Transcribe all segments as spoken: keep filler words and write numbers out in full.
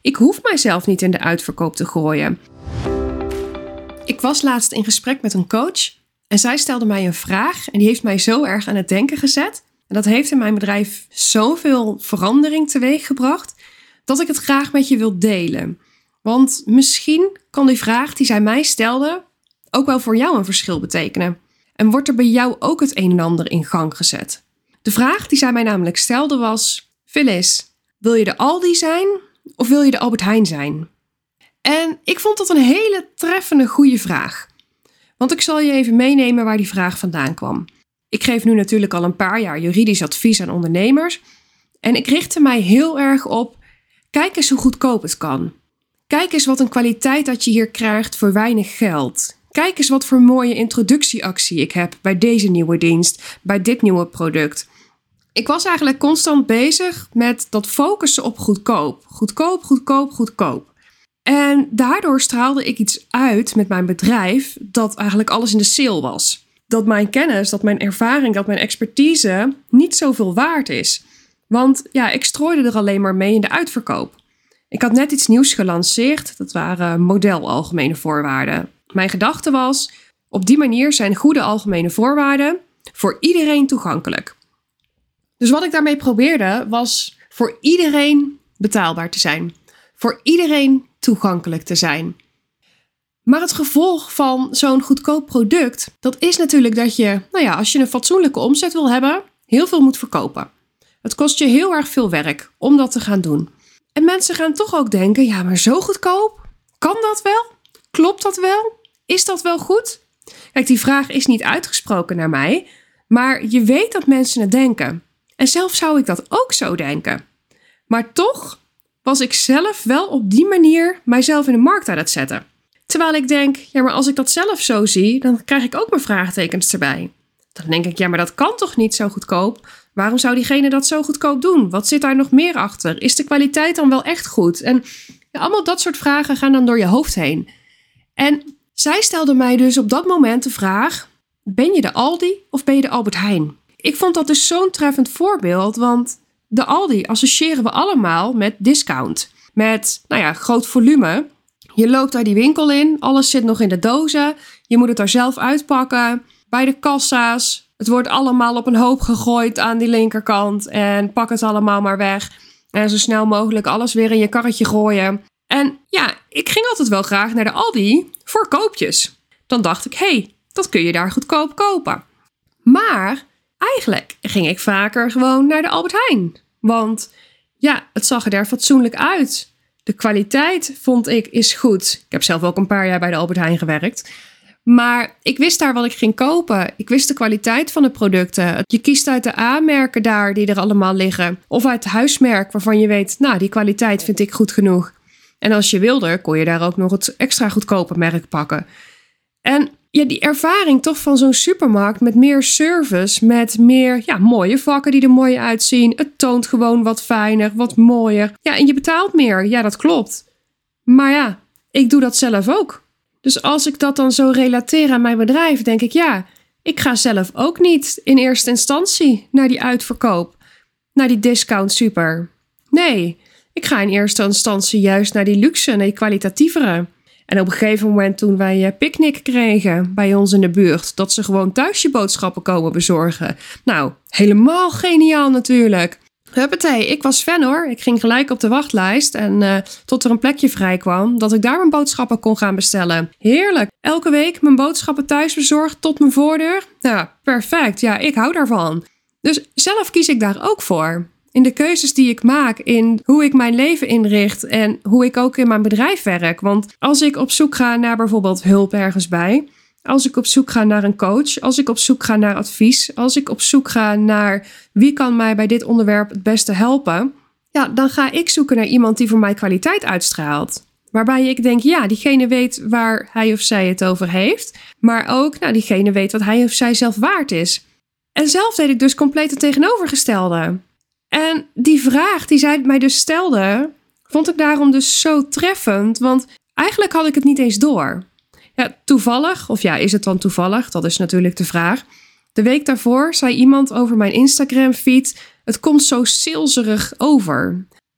Ik hoef mijzelf niet in de uitverkoop te gooien. Ik was laatst in gesprek met een coach en zij stelde mij een vraag en die heeft mij zo erg aan het denken gezet. En dat heeft in mijn bedrijf zoveel verandering teweeggebracht dat ik het graag met je wil delen. Want misschien kan die vraag die zij mij stelde ook wel voor jou een verschil betekenen. En wordt er bij jou ook het een en ander in gang gezet. De vraag die zij mij namelijk stelde was: Phyllis, wil je de Aldi zijn of wil je de Albert Heijn zijn? En ik vond dat een hele treffende goede vraag. Want ik zal je even meenemen waar die vraag vandaan kwam. Ik geef nu natuurlijk al een paar jaar juridisch advies aan ondernemers. En ik richtte mij heel erg op: kijk eens hoe goedkoop het kan. Kijk eens wat een kwaliteit dat je hier krijgt voor weinig geld. Kijk eens wat voor mooie introductieactie ik heb bij deze nieuwe dienst, bij dit nieuwe product. Ik was eigenlijk constant bezig met dat focussen op goedkoop. Goedkoop, goedkoop, goedkoop. En daardoor straalde ik iets uit met mijn bedrijf dat eigenlijk alles in de sale was. Dat mijn kennis, dat mijn ervaring, dat mijn expertise niet zoveel waard is. Want ja, ik strooide er alleen maar mee in de uitverkoop. Ik had net iets nieuws gelanceerd, dat waren model algemene voorwaarden. Mijn gedachte was: op die manier zijn goede algemene voorwaarden voor iedereen toegankelijk. Dus wat ik daarmee probeerde was voor iedereen betaalbaar te zijn. Voor iedereen toegankelijk te zijn. Maar het gevolg van zo'n goedkoop product, dat is natuurlijk dat je, nou ja, als je een fatsoenlijke omzet wil hebben, heel veel moet verkopen. Het kost je heel erg veel werk om dat te gaan doen. En mensen gaan toch ook denken: ja, maar zo goedkoop? Kan dat wel? Klopt dat wel? Is dat wel goed? Kijk, die vraag is niet uitgesproken naar mij, maar je weet dat mensen het denken. En zelf zou ik dat ook zo denken. Maar toch was ik zelf wel op die manier mijzelf in de markt aan het zetten. Terwijl ik denk: ja, maar als ik dat zelf zo zie, dan krijg ik ook mijn vraagtekens erbij. Dan denk ik: ja, maar dat kan toch niet zo goedkoop? Waarom zou diegene dat zo goedkoop doen? Wat zit daar nog meer achter? Is de kwaliteit dan wel echt goed? En ja, allemaal dat soort vragen gaan dan door je hoofd heen. En zij stelde mij dus op dat moment de vraag: ben je de Aldi of ben je de Albert Heijn? Ik vond dat dus zo'n treffend voorbeeld, want de Aldi associëren we allemaal met discount. Met, nou ja, groot volume. Je loopt daar die winkel in, alles zit nog in de dozen. Je moet het daar zelf uitpakken. Bij de kassa's, het wordt allemaal op een hoop gegooid aan die linkerkant. En pak het allemaal maar weg. En zo snel mogelijk alles weer in je karretje gooien. En ja, ik ging altijd wel graag naar de Aldi voor koopjes. Dan dacht ik: hé, hey, dat kun je daar goedkoop kopen. Maar eigenlijk ging ik vaker gewoon naar de Albert Heijn. Want ja, het zag er daar fatsoenlijk uit. De kwaliteit, vond ik, is goed. Ik heb zelf ook een paar jaar bij de Albert Heijn gewerkt. Maar ik wist daar wat ik ging kopen. Ik wist de kwaliteit van de producten. Je kiest uit de A-merken daar die er allemaal liggen. Of uit het huismerk waarvan je weet: nou, die kwaliteit vind ik goed genoeg. En als je wilde, kon je daar ook nog het extra goedkope merk pakken. En ja, die ervaring toch van zo'n supermarkt met meer service, met meer ja, mooie vakken die er mooi uitzien. Het toont gewoon wat fijner, wat mooier. Ja, en je betaalt meer. Ja, dat klopt. Maar ja, ik doe dat zelf ook. Dus als ik dat dan zo relateer aan mijn bedrijf, denk ik: ja, ik ga zelf ook niet in eerste instantie naar die uitverkoop, naar die discount super. Nee, ik ga in eerste instantie juist naar die luxe, naar die kwalitatievere. En op een gegeven moment toen wij picknick kregen bij ons in de buurt, dat ze gewoon thuis je boodschappen komen bezorgen. Nou, helemaal geniaal natuurlijk. Huppatee, ik was fan hoor. Ik ging gelijk op de wachtlijst en uh, tot er een plekje vrij kwam dat ik daar mijn boodschappen kon gaan bestellen. Heerlijk. Elke week mijn boodschappen thuis bezorgd tot mijn voordeur. Nou, perfect. Ja, ik hou daarvan. Dus zelf kies ik daar ook voor. In de keuzes die ik maak, in hoe ik mijn leven inricht en hoe ik ook in mijn bedrijf werk. Want als ik op zoek ga naar bijvoorbeeld hulp ergens bij, als ik op zoek ga naar een coach, als ik op zoek ga naar advies, als ik op zoek ga naar wie kan mij bij dit onderwerp het beste helpen, ja, dan ga ik zoeken naar iemand die voor mij kwaliteit uitstraalt. Waarbij ik denk, ja, diegene weet waar hij of zij het over heeft, maar ook, nou, diegene weet wat hij of zij zelf waard is. En zelf deed ik dus compleet het tegenovergestelde. En die vraag die zij mij dus stelde, vond ik daarom dus zo treffend, want eigenlijk had ik het niet eens door. Ja, toevallig, of ja, is het dan toevallig? Dat is natuurlijk de vraag. De week daarvoor zei iemand over mijn Instagram-feed: het komt zo salesig over.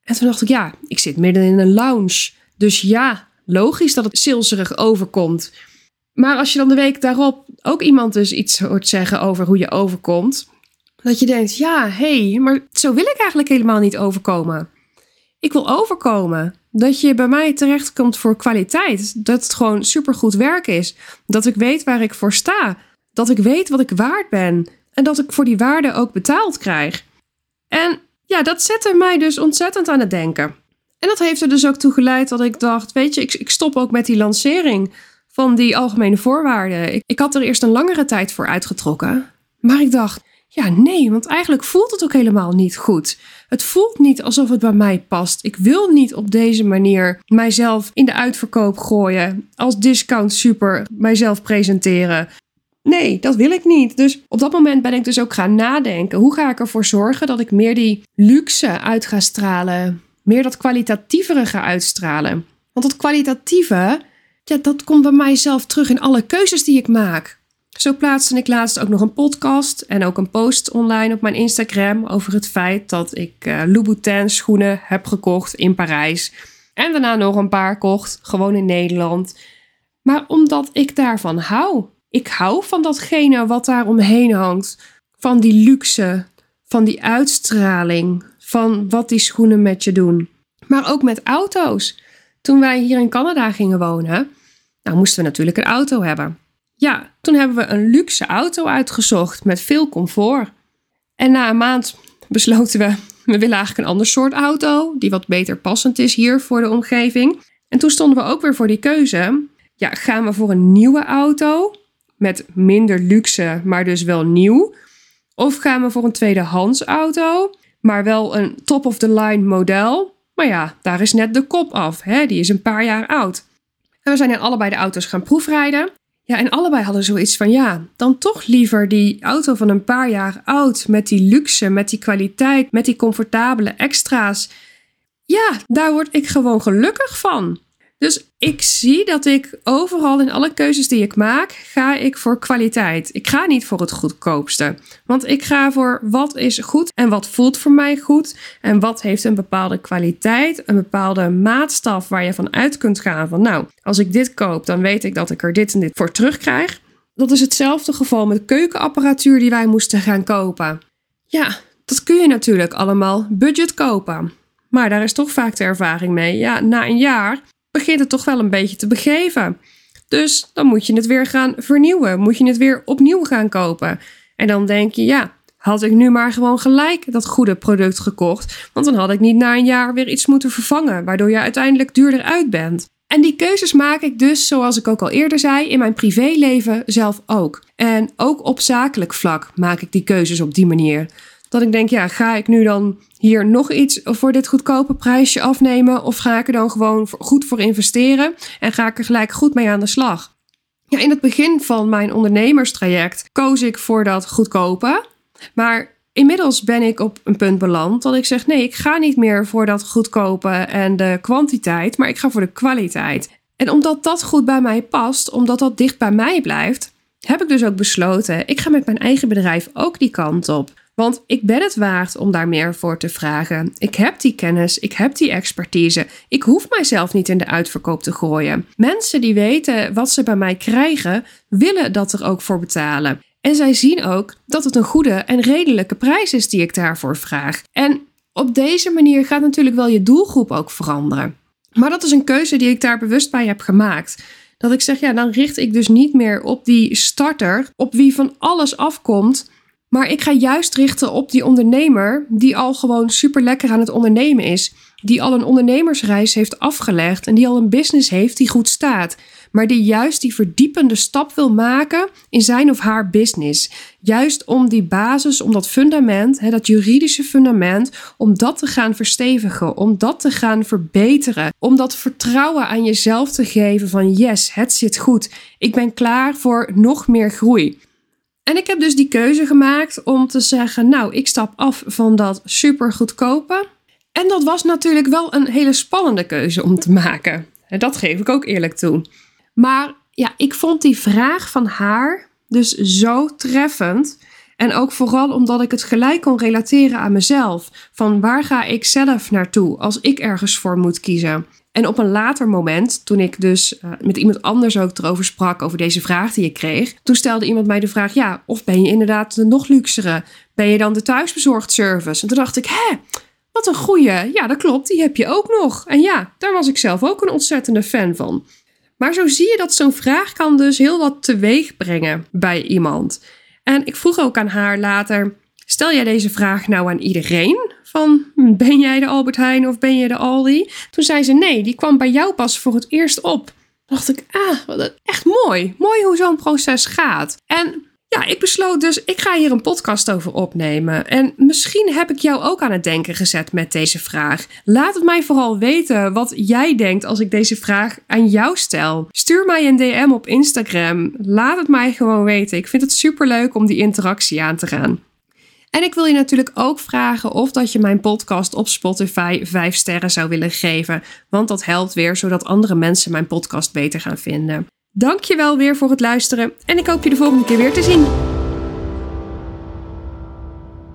En toen dacht ik, ja, ik zit midden in een lounge. Dus ja, logisch dat het salesig overkomt. Maar als je dan de week daarop ook iemand dus iets hoort zeggen over hoe je overkomt, dat je denkt, ja, hé, hey, maar zo wil ik eigenlijk helemaal niet overkomen. Ik wil overkomen. Dat je bij mij terechtkomt voor kwaliteit. Dat het gewoon supergoed werk is. Dat ik weet waar ik voor sta. Dat ik weet wat ik waard ben. En dat ik voor die waarde ook betaald krijg. En ja, dat zette mij dus ontzettend aan het denken. En dat heeft er dus ook toe geleid dat ik dacht, weet je, ik, ik stop ook met die lancering van die algemene voorwaarden. Ik, ik had er eerst een langere tijd voor uitgetrokken. Maar ik dacht, ja, nee, want eigenlijk voelt het ook helemaal niet goed. Het voelt niet alsof het bij mij past. Ik wil niet op deze manier mijzelf in de uitverkoop gooien. Als discount super mijzelf presenteren. Nee, dat wil ik niet. Dus op dat moment ben ik dus ook gaan nadenken. Hoe ga ik ervoor zorgen dat ik meer die luxe uit ga stralen? Meer dat kwalitatievere ga uitstralen? Want dat kwalitatieve, ja, dat komt bij mijzelf terug in alle keuzes die ik maak. Zo plaatste ik laatst ook nog een podcast en ook een post online op mijn Instagram over het feit dat ik uh, Louboutin schoenen heb gekocht in Parijs. En daarna nog een paar kocht, gewoon in Nederland. Maar omdat ik daarvan hou. Ik hou van datgene wat daar omheen hangt. Van die luxe, van die uitstraling, van wat die schoenen met je doen. Maar ook met auto's. Toen wij hier in Canada gingen wonen, nou moesten we natuurlijk een auto hebben. Ja, toen hebben we een luxe auto uitgezocht met veel comfort. En na een maand besloten we, we willen eigenlijk een ander soort auto, die wat beter passend is hier voor de omgeving. En toen stonden we ook weer voor die keuze. Ja, gaan we voor een nieuwe auto met minder luxe, maar dus wel nieuw? Of gaan we voor een tweedehands auto, maar wel een top-of-the-line model? Maar ja, daar is net de kop af, hè? Die is een paar jaar oud. En we zijn in allebei de auto's gaan proefrijden. Ja, en allebei hadden zoiets van, ja, dan toch liever die auto van een paar jaar oud, met die luxe, met die kwaliteit, met die comfortabele extra's. Ja, daar word ik gewoon gelukkig van. Dus ik zie dat ik overal in alle keuzes die ik maak, ga ik voor kwaliteit. Ik ga niet voor het goedkoopste. Want ik ga voor wat is goed en wat voelt voor mij goed. En wat heeft een bepaalde kwaliteit, een bepaalde maatstaf waar je van uit kunt gaan. Van nou, als ik dit koop, dan weet ik dat ik er dit en dit voor terugkrijg. Dat is hetzelfde geval met keukenapparatuur die wij moesten gaan kopen. Ja, dat kun je natuurlijk allemaal budget kopen. Maar daar is toch vaak de ervaring mee. Ja, na een jaar begint het toch wel een beetje te begeven. Dus dan moet je het weer gaan vernieuwen. Moet je het weer opnieuw gaan kopen. En dan denk je, ja, had ik nu maar gewoon gelijk dat goede product gekocht. Want dan had ik niet na een jaar weer iets moeten vervangen, waardoor je uiteindelijk duurder uit bent. En die keuzes maak ik dus, zoals ik ook al eerder zei, in mijn privéleven zelf ook. En ook op zakelijk vlak maak ik die keuzes op die manier. Dat ik denk, ja, ga ik nu dan hier nog iets voor dit goedkope prijsje afnemen? Of ga ik er dan gewoon goed voor investeren? En ga ik er gelijk goed mee aan de slag? Ja, in het begin van mijn ondernemerstraject koos ik voor dat goedkope. Maar inmiddels ben ik op een punt beland dat ik zeg, nee, ik ga niet meer voor dat goedkope en de kwantiteit, maar ik ga voor de kwaliteit. En omdat dat goed bij mij past, omdat dat dicht bij mij blijft, heb ik dus ook besloten, ik ga met mijn eigen bedrijf ook die kant op. Want ik ben het waard om daar meer voor te vragen. Ik heb die kennis, ik heb die expertise. Ik hoef mijzelf niet in de uitverkoop te gooien. Mensen die weten wat ze bij mij krijgen, willen dat er ook voor betalen. En zij zien ook dat het een goede en redelijke prijs is die ik daarvoor vraag. En op deze manier gaat natuurlijk wel je doelgroep ook veranderen. Maar dat is een keuze die ik daar bewust bij heb gemaakt. Dat ik zeg, ja, dan richt ik dus niet meer op die starter, op wie van alles afkomt. Maar ik ga juist richten op die ondernemer die al gewoon super lekker aan het ondernemen is. Die al een ondernemersreis heeft afgelegd en die al een business heeft die goed staat. Maar die juist die verdiepende stap wil maken in zijn of haar business. Juist om die basis, om dat fundament, hè, dat juridische fundament, om dat te gaan verstevigen, om dat te gaan verbeteren. Om dat vertrouwen aan jezelf te geven van yes, het zit goed. Ik ben klaar voor nog meer groei. En ik heb dus die keuze gemaakt om te zeggen, nou, ik stap af van dat super goedkope. En dat was natuurlijk wel een hele spannende keuze om te maken. En dat geef ik ook eerlijk toe. Maar ja, ik vond die vraag van haar dus zo treffend. En ook vooral omdat ik het gelijk kon relateren aan mezelf. Van waar ga ik zelf naartoe als ik ergens voor moet kiezen? En op een later moment, toen ik dus uh, met iemand anders ook erover sprak, over deze vraag die ik kreeg, toen stelde iemand mij de vraag, ja, of ben je inderdaad de nog luxere? Ben je dan de thuisbezorgd service? En toen dacht ik, hè, wat een goeie. Ja, dat klopt, die heb je ook nog. En ja, daar was ik zelf ook een ontzettende fan van. Maar zo zie je dat zo'n vraag kan dus heel wat teweeg brengen bij iemand. En ik vroeg ook aan haar later, stel jij deze vraag nou aan iedereen? Van, ben jij de Albert Heijn of ben je de Aldi? Toen zei ze, nee, die kwam bij jou pas voor het eerst op. Toen dacht ik, ah, wat echt mooi. Mooi hoe zo'n proces gaat. En ja, ik besloot dus, ik ga hier een podcast over opnemen. En misschien heb ik jou ook aan het denken gezet met deze vraag. Laat het mij vooral weten wat jij denkt als ik deze vraag aan jou stel. Stuur mij een D M op Instagram. Laat het mij gewoon weten. Ik vind het superleuk om die interactie aan te gaan. En ik wil je natuurlijk ook vragen of dat je mijn podcast op Spotify vijf sterren zou willen geven. Want dat helpt weer zodat andere mensen mijn podcast beter gaan vinden. Dank je wel weer voor het luisteren en ik hoop je de volgende keer weer te zien.